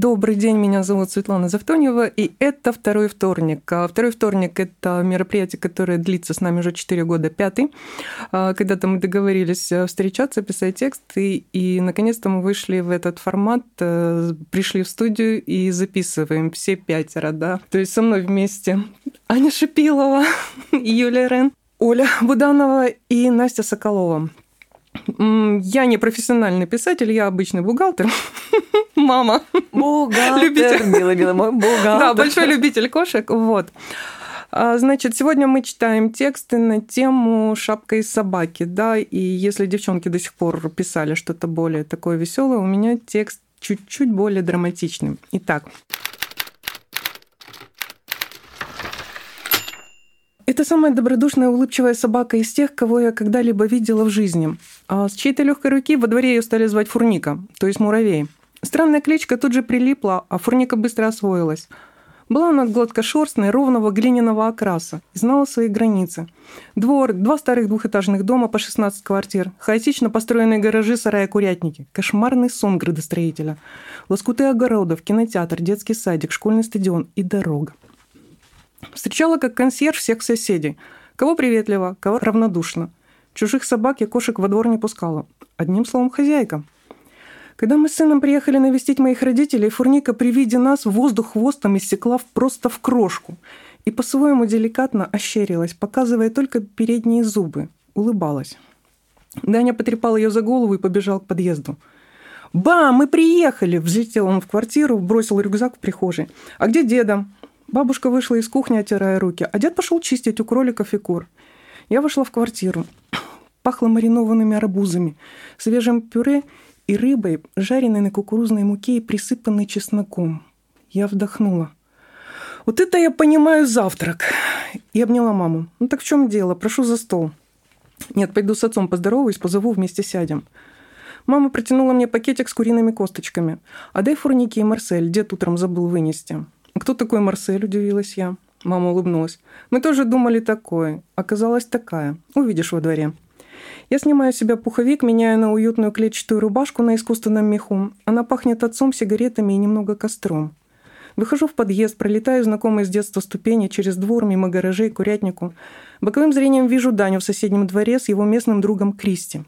Добрый день, меня зовут Светлана Завтоньева, и это второй вторник. Второй вторник – это мероприятие, которое длится с нами уже 4 года, 5-й. Когда-то мы договорились встречаться, писать тексты, и наконец-то мы вышли в этот формат, пришли в студию и записываем все 5, да. То есть со мной вместе Аня Шипилова, Юлия Рен, Оля Буданова и Настя Соколова. Я не профессиональный писатель, я обычный бухгалтер. Мама. Бухгалтер, милый мой бухгалтер. Да, большой любитель кошек. Вот. Значит, сегодня мы читаем тексты на тему «Шапка из собаки». Да, и если девчонки до сих пор писали что-то более такое веселое, у меня текст чуть-чуть более драматичный. Итак. Это самая добродушная, улыбчивая собака из тех, кого я когда-либо видела в жизни. А с чьей-то легкой руки во дворе ее стали звать Фурника, то есть муравей. Странная кличка тут же прилипла, а Фурника быстро освоилась. Была она гладкошерстной, ровного глиняного окраса и знала свои границы. Двор, 2 старых двухэтажных дома по 16 квартир, хаотично построенные гаражи, сараи, курятники, кошмарный сон градостроителя, лоскуты огородов, кинотеатр, детский садик, школьный стадион и дорога. Встречала как консьерж всех соседей. Кого приветливо, кого равнодушно. Чужих собак и кошек во двор не пускала. Одним словом, хозяйка. Когда мы с сыном приехали навестить моих родителей, Фурника при виде нас воздух хвостом иссекла просто в крошку и по-своему деликатно ощерилась, показывая только передние зубы. Улыбалась. Даня потрепал ее за голову и побежал к подъезду. «Ба, мы приехали!» Взлетел он в квартиру, бросил рюкзак в прихожей. «А где деда?» Бабушка вышла из кухни, оттирая руки, а дед пошел чистить у кроликов и кур. Я вошла в квартиру. Пахло маринованными арбузами, свежим пюре и рыбой, жареной на кукурузной муке и присыпанной чесноком. Я вдохнула. Вот это я понимаю завтрак. И обняла маму. Ну так в чем дело? Прошу за стол. Нет, пойду с отцом поздороваюсь, позову, вместе сядем. Мама протянула мне пакетик с куриными косточками. А дай Фурнике и Марсель, дед утром забыл вынести. «Кто такой Марсель?» – удивилась я. Мама улыбнулась. «Мы тоже думали такое. Оказалась такая. Увидишь во дворе». Я снимаю с себя пуховик, меняю на уютную клетчатую рубашку на искусственном меху. Она пахнет отцом, сигаретами и немного костром. Выхожу в подъезд, пролетаю знакомые с детства ступени через двор, мимо гаражей, курятнику. Боковым зрением вижу Даню в соседнем дворе с его местным другом Кристи.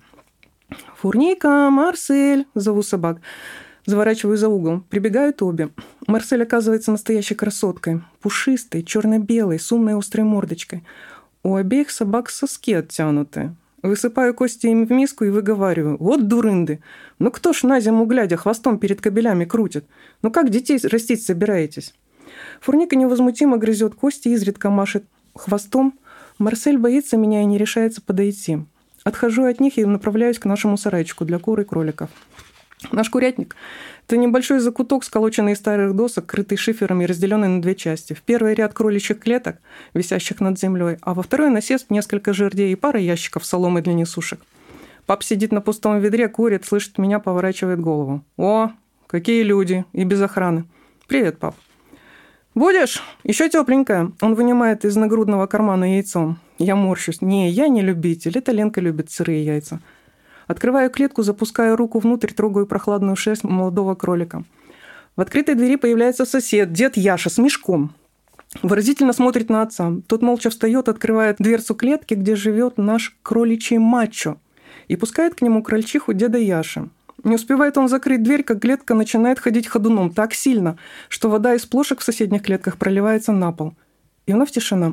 «Фурника, Марсель!» – зову собак. Заворачиваю за угол. Прибегают обе. Марсель оказывается настоящей красоткой. Пушистой, черно-белой, с умной острой мордочкой. У обеих собак соски оттянуты. Высыпаю кости им в миску и выговариваю. Вот дурынды. Ну кто ж на зиму глядя хвостом перед кобелями крутит? Ну как детей растить собираетесь? Фурника невозмутимо грызет кости, изредка машет хвостом. Марсель боится меня и не решается подойти. Отхожу от них и направляюсь к нашему сарайчику для кур и кроликов. Наш курятник – это небольшой закуток, сколоченный из старых досок, крытый шифером и разделенный на 2 части. В первый ряд кроличьих клеток, висящих над землей, а во второй насест несколько жердей и пара ящиков соломы для несушек. Пап сидит на пустом ведре, курит, слышит меня, поворачивает голову. «О, какие люди! И без охраны!» «Привет, пап!» «Будешь? Еще тепленькое!» Он вынимает из нагрудного кармана яйцо. Я морщусь. «Не, я не любитель, это Ленка любит сырые яйца». Открываю клетку, запускаю руку внутрь, трогаю прохладную шерсть молодого кролика. В открытой двери появляется сосед, дед Яша, с мешком. Выразительно смотрит на отца. Тот молча встает, открывает дверцу клетки, где живет наш кроличий мачо, и пускает к нему крольчиху деда Яши. Не успевает он закрыть дверь, как клетка начинает ходить ходуном так сильно, что вода из плошек в соседних клетках проливается на пол. И вновь тишина.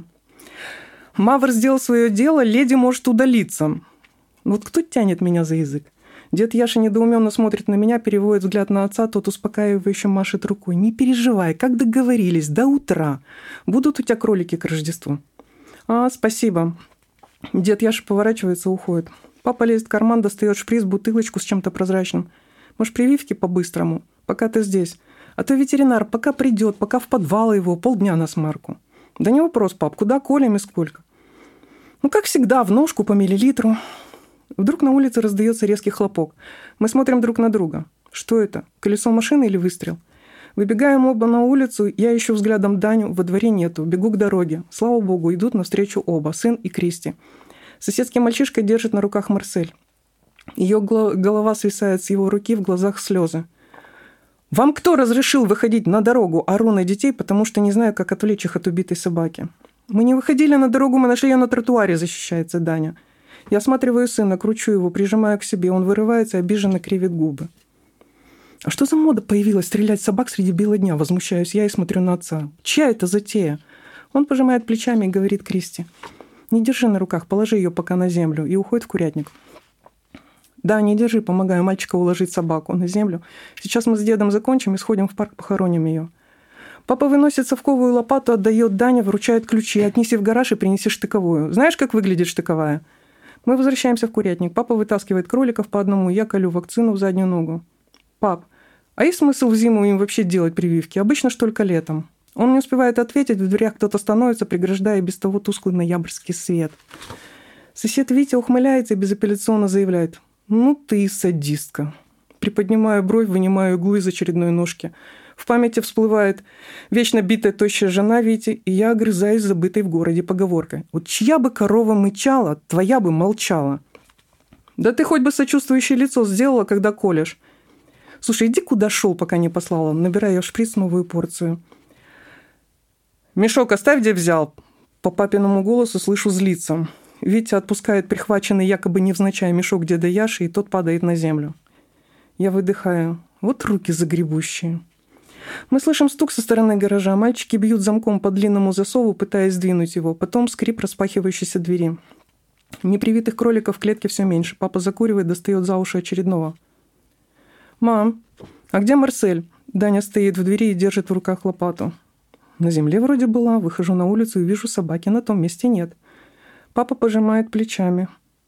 Мавр сделал свое дело, леди может удалиться. Вот кто тянет меня за язык? Дед Яша недоуменно смотрит на меня, переводит взгляд на отца, тот успокаивающе машет рукой. «Не переживай, как договорились, до утра. Будут у тебя кролики к Рождеству». «А, спасибо». Дед Яша поворачивается, уходит. Папа лезет в карман, достает шприц, бутылочку с чем-то прозрачным. «Может, прививки по-быстрому, пока ты здесь? А то ветеринар пока придет, пока в подвал его, полдня на смарку». «Да не вопрос, пап, куда колем и сколько?» «Ну, как всегда, в ножку по миллилитру». Вдруг на улице раздается резкий хлопок. Мы смотрим друг на друга. Что это? Колесо машины или выстрел? Выбегаем оба на улицу, я ищу взглядом Даню, во дворе нету, бегу к дороге. Слава богу, идут навстречу оба, сын и Кристи. Соседский мальчишка держит на руках Марсель. Ее голова свисает с его руки, в глазах слезы. Вам кто разрешил выходить на дорогу? Ору на детей, потому что не знаю, как отвлечь их от убитой собаки. Мы не выходили на дорогу, мы нашли ее на тротуаре, защищается Даня. Я осматриваю сына, кручу его, прижимаю к себе. Он вырывается и обиженно кривит губы. А что за мода появилась стрелять собак среди бела дня? Возмущаюсь я и смотрю на отца. Чья это затея? Он пожимает плечами и говорит Кристи. Не держи на руках, положи ее пока на землю. И уходит в курятник. Да, не держи, помогаю мальчика уложить собаку на землю. Сейчас мы с дедом закончим и сходим в парк, похороним ее. Папа выносит совковую лопату, отдает Дане, вручает ключи. Отнеси в гараж и принеси штыковую. Знаешь, как выглядит штыковая? Мы возвращаемся в курятник. Папа вытаскивает кроликов по одному, я колю вакцину в заднюю ногу. Пап, а есть смысл в зиму им вообще делать прививки? Обычно ж только летом. Он не успевает ответить, в дверях кто-то становится, преграждая без того тусклый ноябрьский свет. Сосед Витя ухмыляется и безапелляционно заявляет. Ну ты садистка. Приподнимаю бровь, вынимаю иглу из очередной ножки. В памяти всплывает вечно битая тощая жена Вити, и я огрызаюсь забытой в городе поговоркой. Вот чья бы корова мычала, твоя бы молчала. Да ты хоть бы сочувствующее лицо сделала, когда колешь. Слушай, иди куда шел, пока не послала. Набираю в шприц новую порцию. Мешок оставь, где взял. По папиному голосу слышу злиться. Витя отпускает прихваченный якобы невзначай мешок деда Яши, и тот падает на землю. Я выдыхаю. Вот руки загребущие. Мы слышим стук со стороны гаража. Мальчики бьют замком по длинному засову, пытаясь сдвинуть его. Потом скрип распахивающейся двери. Непривитых кроликов в клетке все меньше. Папа закуривает, достает за уши очередного. «Мам, а где Марсель?» Даня стоит в двери и держит в руках лопату. На земле вроде была. Выхожу на улицу и вижу, собаки на том месте нет. Папа пожимает плечами.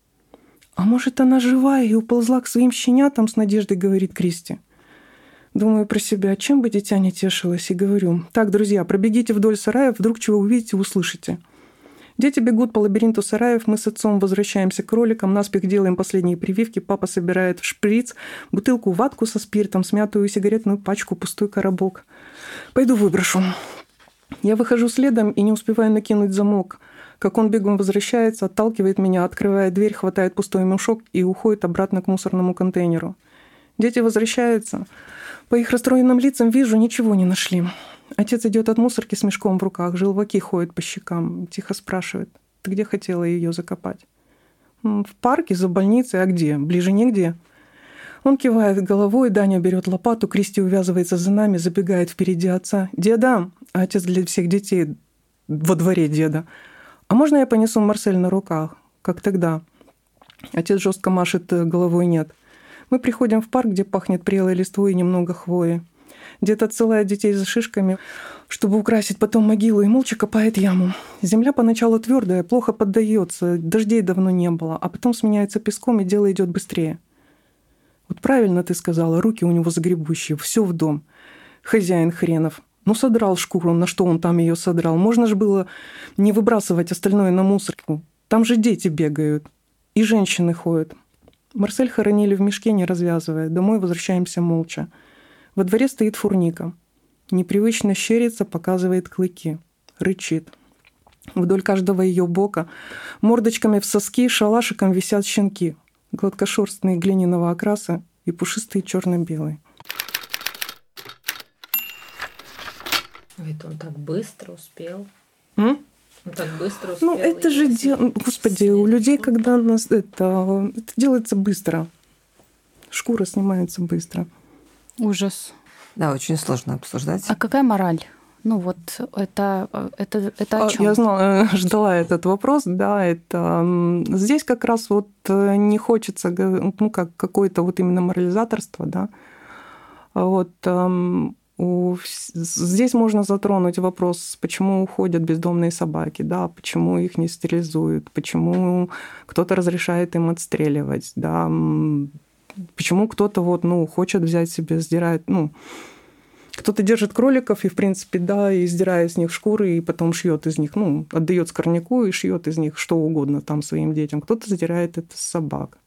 «А может, она живая и уползла к своим щенятам?» с надеждой говорит Кристи. Думаю про себя, чем бы дитя не тешилось, и говорю. Так, друзья, пробегите вдоль сараев, вдруг чего увидите, услышите. Дети бегут по лабиринту сараев, мы с отцом возвращаемся к кроликам, наспех делаем последние прививки, папа собирает в шприц бутылку ватку со спиртом, смятую сигаретную пачку, пустой коробок. Пойду выброшу. Я выхожу следом и не успеваю накинуть замок. Как он бегом возвращается, отталкивает меня, открывает дверь, хватает пустой мешок и уходит обратно к мусорному контейнеру. Дети возвращаются. По их расстроенным лицам вижу, ничего не нашли. Отец идет от мусорки с мешком в руках, желваки ходят по щекам. Тихо спрашивает, ты где хотела ее закопать? В парке, за больницей, а где? Ближе негде. Он кивает головой, Даня берет лопату, Кристи увязывается за нами, забегает впереди отца. «Деда!» А отец для всех детей во дворе деда. «А можно я понесу Марсель на руках, как тогда?» Отец жестко машет головой «нет». Мы приходим в парк, где пахнет прелой листвой и немного хвои. Дед отсылает детей за шишками, чтобы украсить потом могилу, и молча копает яму. Земля поначалу твердая, плохо поддается, дождей давно не было, а потом сменяется песком, и дело идет быстрее. Вот правильно ты сказала, руки у него загребущие, все в дом. Хозяин хренов. Ну, содрал шкуру, на что он там ее содрал. Можно же было не выбрасывать остальное на мусорку. Там же дети бегают. И женщины ходят. Марсель хоронили в мешке, не развязывая. Домой возвращаемся молча. Во дворе стоит Фурника. Непривычно щерится, показывает клыки. Рычит. Вдоль каждого ее бока мордочками в соски шалашиком висят щенки. Гладкошерстные глиняного окраса и пушистые черно-белые. Это он так быстро успел. Он так быстро успел. Ну, это же дело... Господи, у людей, когда нас... Это делается быстро. Шкура снимается быстро. Ужас. Да, очень сложно обсуждать. А какая мораль? Ну вот это о чем? Я ждала этот вопрос, да, это здесь как раз вот не хочется, ну, как какое-то вот именно морализаторство, да, вот здесь можно затронуть вопрос, почему уходят бездомные собаки, да, почему их не стерилизуют, почему кто-то разрешает им отстреливать, да, почему кто-то вот, ну, хочет взять себе, сдирает, ну, кто-то держит кроликов и, в принципе, да, и сдирает с них шкуры, и потом шьет из них, ну, отдает скорняку и шьет из них что угодно там своим детям. Кто-то сдирает это с собак.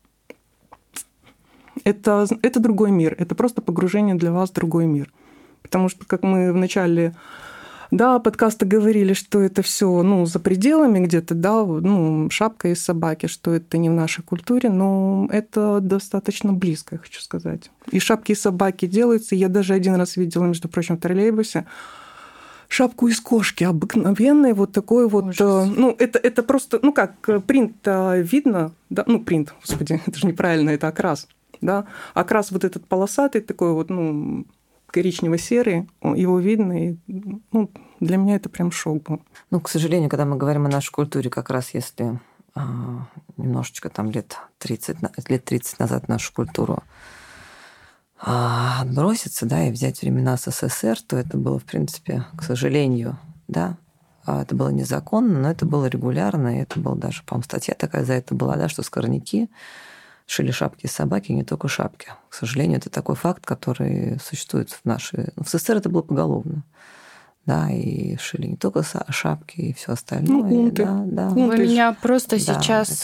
Это другой мир. Это просто погружение для вас в другой мир. Потому что, как мы вначале Да, подкасты говорили, что это все, за пределами где-то, да, шапка из собаки, что это не в нашей культуре, но это достаточно близко, я хочу сказать. И шапки из собаки делаются. Я даже один раз видела, между прочим, в троллейбусе шапку из кошки обыкновенной, вот такой вот. Это просто, как принт видно, да, принт, господи, это же неправильно, это окрас, да, окрас вот этот полосатый такой вот, коричнево-серый, его видно, и для меня это прям шок был. К сожалению, когда мы говорим о нашей культуре, как раз если немножечко там лет 30 назад нашу культуру отброситься, да, и взять времена СССР, то это было, в принципе, к сожалению, да, это было незаконно, но это было регулярно, и это была даже, по-моему, статья такая за это была, да, что скорняки шили шапки из собаки, и не только шапки. К сожалению, это такой факт, который существует в нашей... В СССР это было поголовно. Да, и шили не только шапки, и все остальное. Унты. Да. Вы меня просто да, сейчас...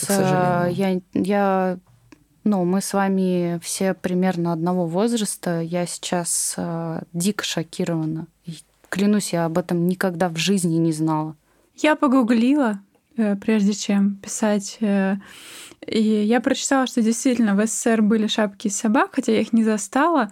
мы с вами все примерно одного возраста. Я сейчас дико шокирована. И, клянусь, я об этом никогда в жизни не знала. Я погуглила, прежде чем писать. И я прочитала, что действительно в СССР были шапки из собак, хотя я их не застала.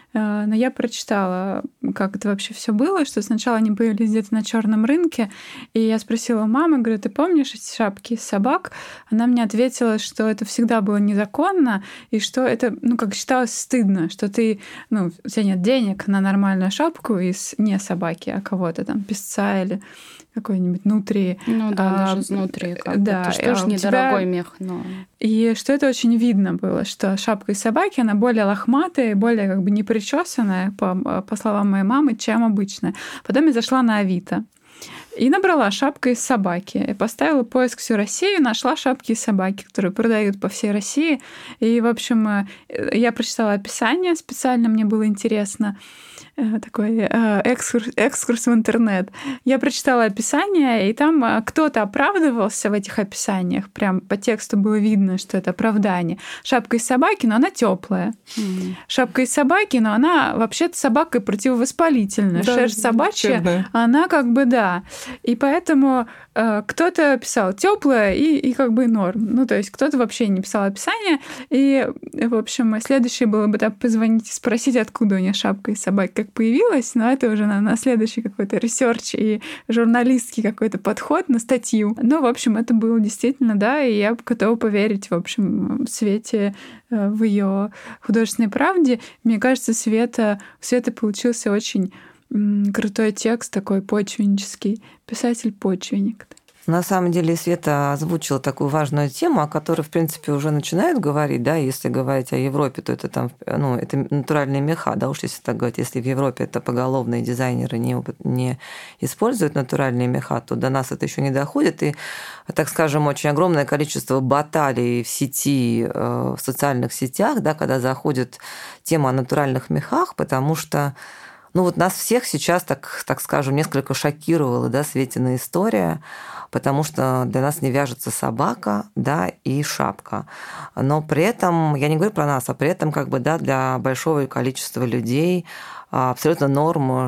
Но я прочитала, как это вообще все было, что сначала они появились где-то на черном рынке. И я спросила у мамы, говорю, ты помнишь эти шапки из собак? Она мне ответила, что это всегда было незаконно, и что это, считалось стыдно, что ты, у тебя нет денег на нормальную шапку из не собаки, а кого-то там, песца или какой-нибудь нутри. Даже изнутри. Да, это же тоже недорогой мех. Но... И что это очень видно было, что шапка из собаки, она более лохматая, более не причесанная, по словам моей мамы, чем обычная. Потом я зашла на Авито и набрала шапка из собаки. И поставила поиск всю Россию, нашла шапки из собаки, которые продают по всей России. И, в общем, я прочитала описание, специально мне было интересно. Такой экскурс в интернет. Я прочитала описание, и там кто-то оправдывался в этих описаниях. Прям по тексту было видно, что это оправдание. Шапка из собаки, но она теплая. Шапка из собаки, но она вообще-то собака противовоспалительная. Да, шерсть собачья, она да. И поэтому кто-то писал теплая и норм. То есть кто-то вообще не писал описание. И, в общем, следующее было бы позвонить и спросить, откуда у нее шапка из собаки, как появилась, но это уже на следующий какой-то ресерч и журналистский какой-то подход на статью. В общем, это было действительно, да, и я готова поверить, в общем, Свете в ее художественной правде. Мне кажется, у Светы получился очень крутой текст, такой почвеннический, писатель-почвенник. На самом деле Света озвучила такую важную тему, о которой, в принципе, уже начинают говорить, да, если говорить о Европе, то это там, это натуральные меха, да, уж если так говорить, если в Европе это поголовные дизайнеры не используют натуральные меха, то до нас это еще не доходит, и, так скажем, очень огромное количество баталий в сети, в социальных сетях, да, когда заходит тема о натуральных мехах, потому что нас всех сейчас, так скажем, несколько шокировала, да, Светина история, потому что для нас не вяжется собака, да, и шапка. Но при этом, я не говорю про нас, а при этом для большого количества людей абсолютно норм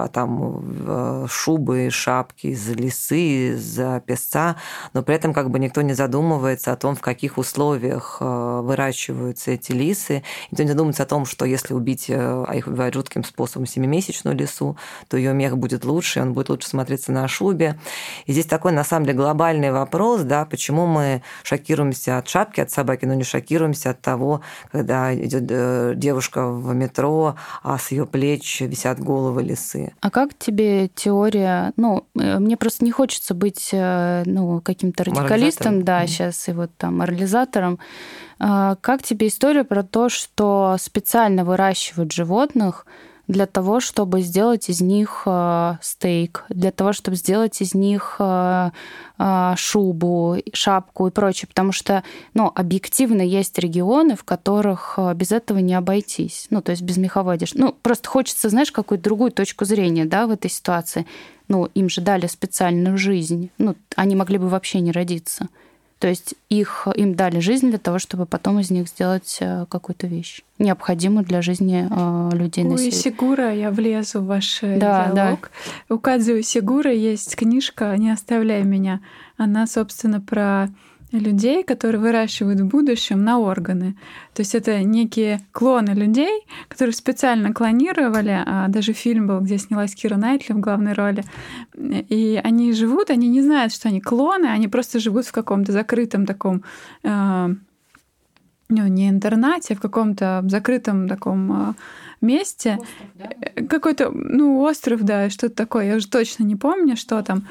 шубы, шапки из лисы, из песца, но при этом никто не задумывается о том, в каких условиях выращиваются эти лисы. Никто не задумывается о том, что если убить, а их убивают жутким способом, 7-месячную лису, то ее мех будет лучше, и он будет лучше смотреться на шубе. И здесь такой, на самом деле, глобальный вопрос, да, почему мы шокируемся от шапки, от собаки, но не шокируемся от того, когда идет девушка в метро, а с ее плеч висят головы лисы. А как тебе теория... мне просто не хочется быть каким-то радикалистом, да, сейчас и морализатором. Как тебе история про то, что специально выращивают животных для того, чтобы сделать из них стейк, для того, чтобы сделать из них шубу, шапку и прочее, потому что, объективно есть регионы, в которых без этого не обойтись, то есть без меховой одежды. Просто хочется, знаешь, какую-то другую точку зрения, да, в этой ситуации. Им же дали специальную жизнь, они могли бы вообще не родиться. То есть им дали жизнь для того, чтобы потом из них сделать какую-то вещь, необходимую для жизни людей на севере. У Исигуро, я влезу в ваш диалог. У Кадзу Исигуро есть книжка «Не оставляй меня». Она, собственно, про людей, которые выращивают в будущем на органы. То есть это некие клоны людей, которых специально клонировали. Даже фильм был, где снялась Кира Найтли в главной роли. И они живут, они не знают, что они клоны, они просто живут в каком-то закрытом таком, не интернате, а в каком-то закрытом таком месте. Остров, да? Какой-то, остров, да, что-то такое. Я уже точно не помню, что там.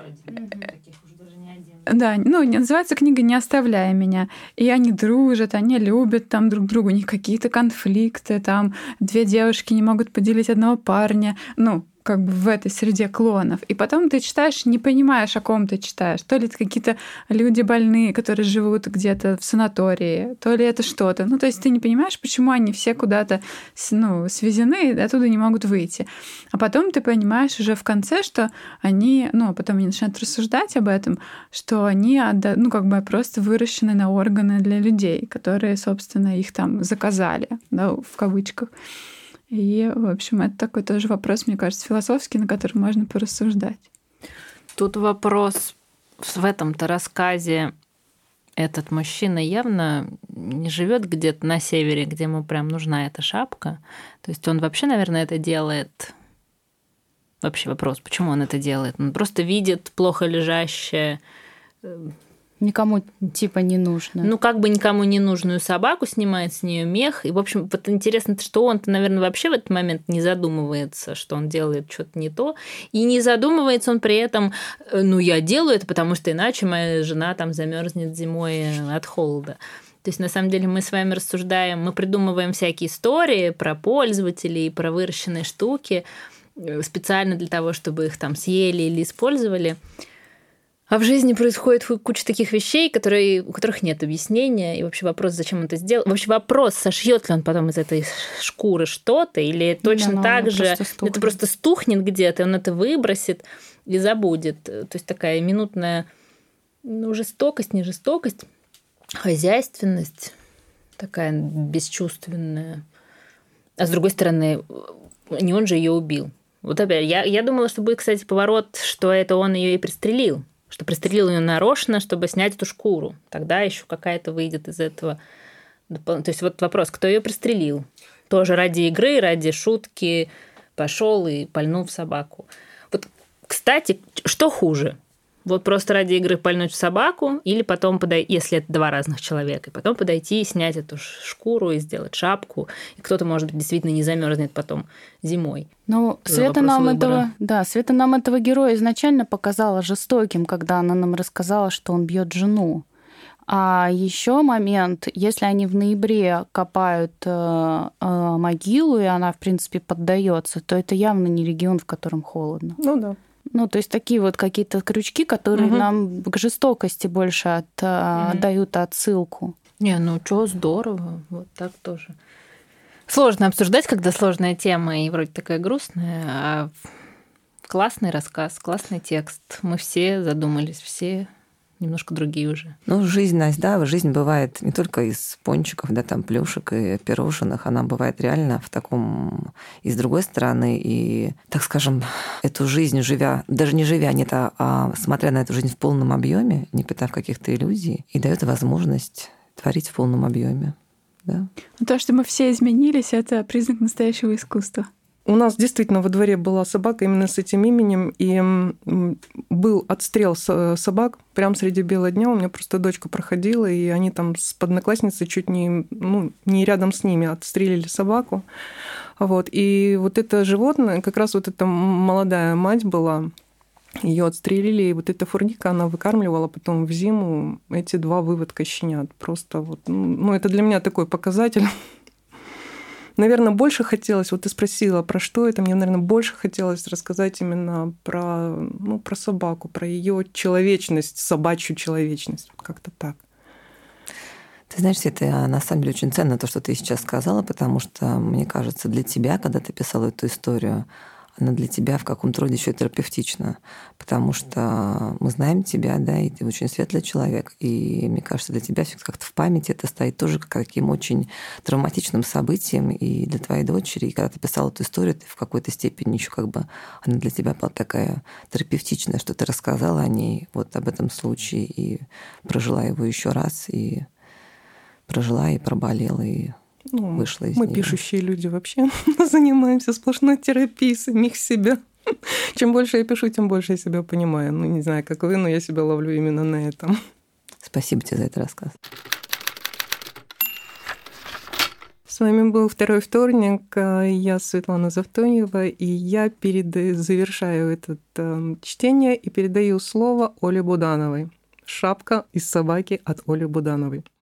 Да, называется книга «Не оставляй меня». И они дружат, они любят там друг друга, у них какие-то конфликты, там 2 девушки не могут поделить одного парня. Как бы в этой среде клонов. И потом ты читаешь, не понимаешь, о ком ты читаешь. То ли это какие-то люди больные, которые живут где-то в санатории, то ли это что-то. То есть ты не понимаешь, почему они все куда-то свезены и оттуда не могут выйти. А потом ты понимаешь уже в конце, что они, потом они начинают рассуждать об этом, что они просто выращены на органы для людей, которые, собственно, их там заказали, да, в кавычках. И, в общем, это такой тоже вопрос, мне кажется, философский, на который можно порассуждать. Тут вопрос в этом-то рассказе. Этот мужчина явно не живет где-то на севере, где ему прям нужна эта шапка. То есть он вообще, наверное, это делает. Вообще вопрос, почему он это делает? Он просто видит плохо лежащее... Никому типа не нужно. Как бы никому не нужную собаку, снимает с нее мех. И, в общем, вот интересно, что он-то, наверное, вообще в этот момент не задумывается, что он делает что-то не то. И не задумывается он при этом, я делаю это, потому что иначе моя жена там замерзнет зимой от холода. То есть, на самом деле, мы с вами рассуждаем, мы придумываем всякие истории про пользователей, про выращенные штуки специально для того, чтобы их там съели или использовали. А в жизни происходит куча таких вещей, у которых нет объяснения. И вообще вопрос, зачем он это сделал. Вообще вопрос, сошьет ли он потом из этой шкуры что-то, или точно так же это просто стухнет где-то, и он это выбросит и забудет. То есть такая минутная жестокость, не жестокость, хозяйственность, такая бесчувственная. А с другой стороны, не он же ее убил. Вот опять, я думала, что будет, кстати, поворот, что это он ее и пристрелил. Что пристрелил ее нарочно, чтобы снять эту шкуру. Тогда еще какая-то выйдет из этого. То есть вот вопрос, кто ее пристрелил? Тоже ради игры, ради шутки пошел и пальнул в собаку. Вот, кстати, что хуже? Вот просто ради игры пальнуть в собаку или потом, если это 2 разных человека, и потом подойти и снять эту шкуру и сделать шапку. И кто-то, может быть, действительно не замерзнет потом зимой. Света нам этого героя изначально показала жестоким, когда она нам рассказала, что он бьет жену. А еще момент, если они в ноябре копают могилу, и она, в принципе, поддается, то это явно не регион, в котором холодно. Да. То есть такие вот какие-то крючки, которые нам к жестокости больше дают отсылку. Чё, здорово. Вот так тоже. Сложно обсуждать, когда сложная тема и вроде такая грустная, а классный рассказ, классный текст. Мы все задумались, все немножко другие уже. Жизнь, Настя, жизнь бывает не только из пончиков, плюшек и пирожных, она бывает реально в таком и с другой стороны, и, так скажем, эту жизнь смотря на эту жизнь в полном объеме, не питав каких-то иллюзий, и дает возможность творить в полном объеме. Да? То, что мы все изменились, это признак настоящего искусства. У нас действительно во дворе была собака именно с этим именем, и был отстрел собак прямо среди бела дня. У меня просто дочка проходила, и они там с одноклассницей чуть не рядом с ними отстрелили собаку. И вот это животное, как раз вот эта молодая мать была, ее отстрелили, и вот эта фурника, она выкармливала потом в зиму эти 2 выводка щенят. Просто это для меня такой показатель. Наверное, больше хотелось, вот ты спросила, про что это, мне, наверное, больше хотелось рассказать именно про собаку, про ее человечность, собачью человечность, как-то так. Ты знаешь, это на самом деле очень ценно, то, что ты сейчас сказала, потому что, мне кажется, для тебя, когда ты писала эту историю, она для тебя в каком-то роде еще терапевтична, потому что мы знаем тебя, да, и ты очень светлый человек, и мне кажется, для тебя все как-то в памяти это стоит тоже каким очень травматичным событием и для твоей дочери. И когда ты писала эту историю, ты в какой-то степени еще как бы она для тебя была такая терапевтичная, что ты рассказала о ней вот об этом случае и прожила его еще раз, и прожила, и проболела, и вышла из Мы нее. пишущие люди вообще занимаемся сплошной терапией самих себя. Чем больше я пишу, тем больше я себя понимаю. Ну, не знаю, как вы, но я себя ловлю именно на этом. Спасибо тебе за этот рассказ. С вами был «Второй вторник». Я Светлана Завтоньева, и я завершаю это чтение и передаю слово Оле Будановой. «Шапка из собаки» от Оли Будановой.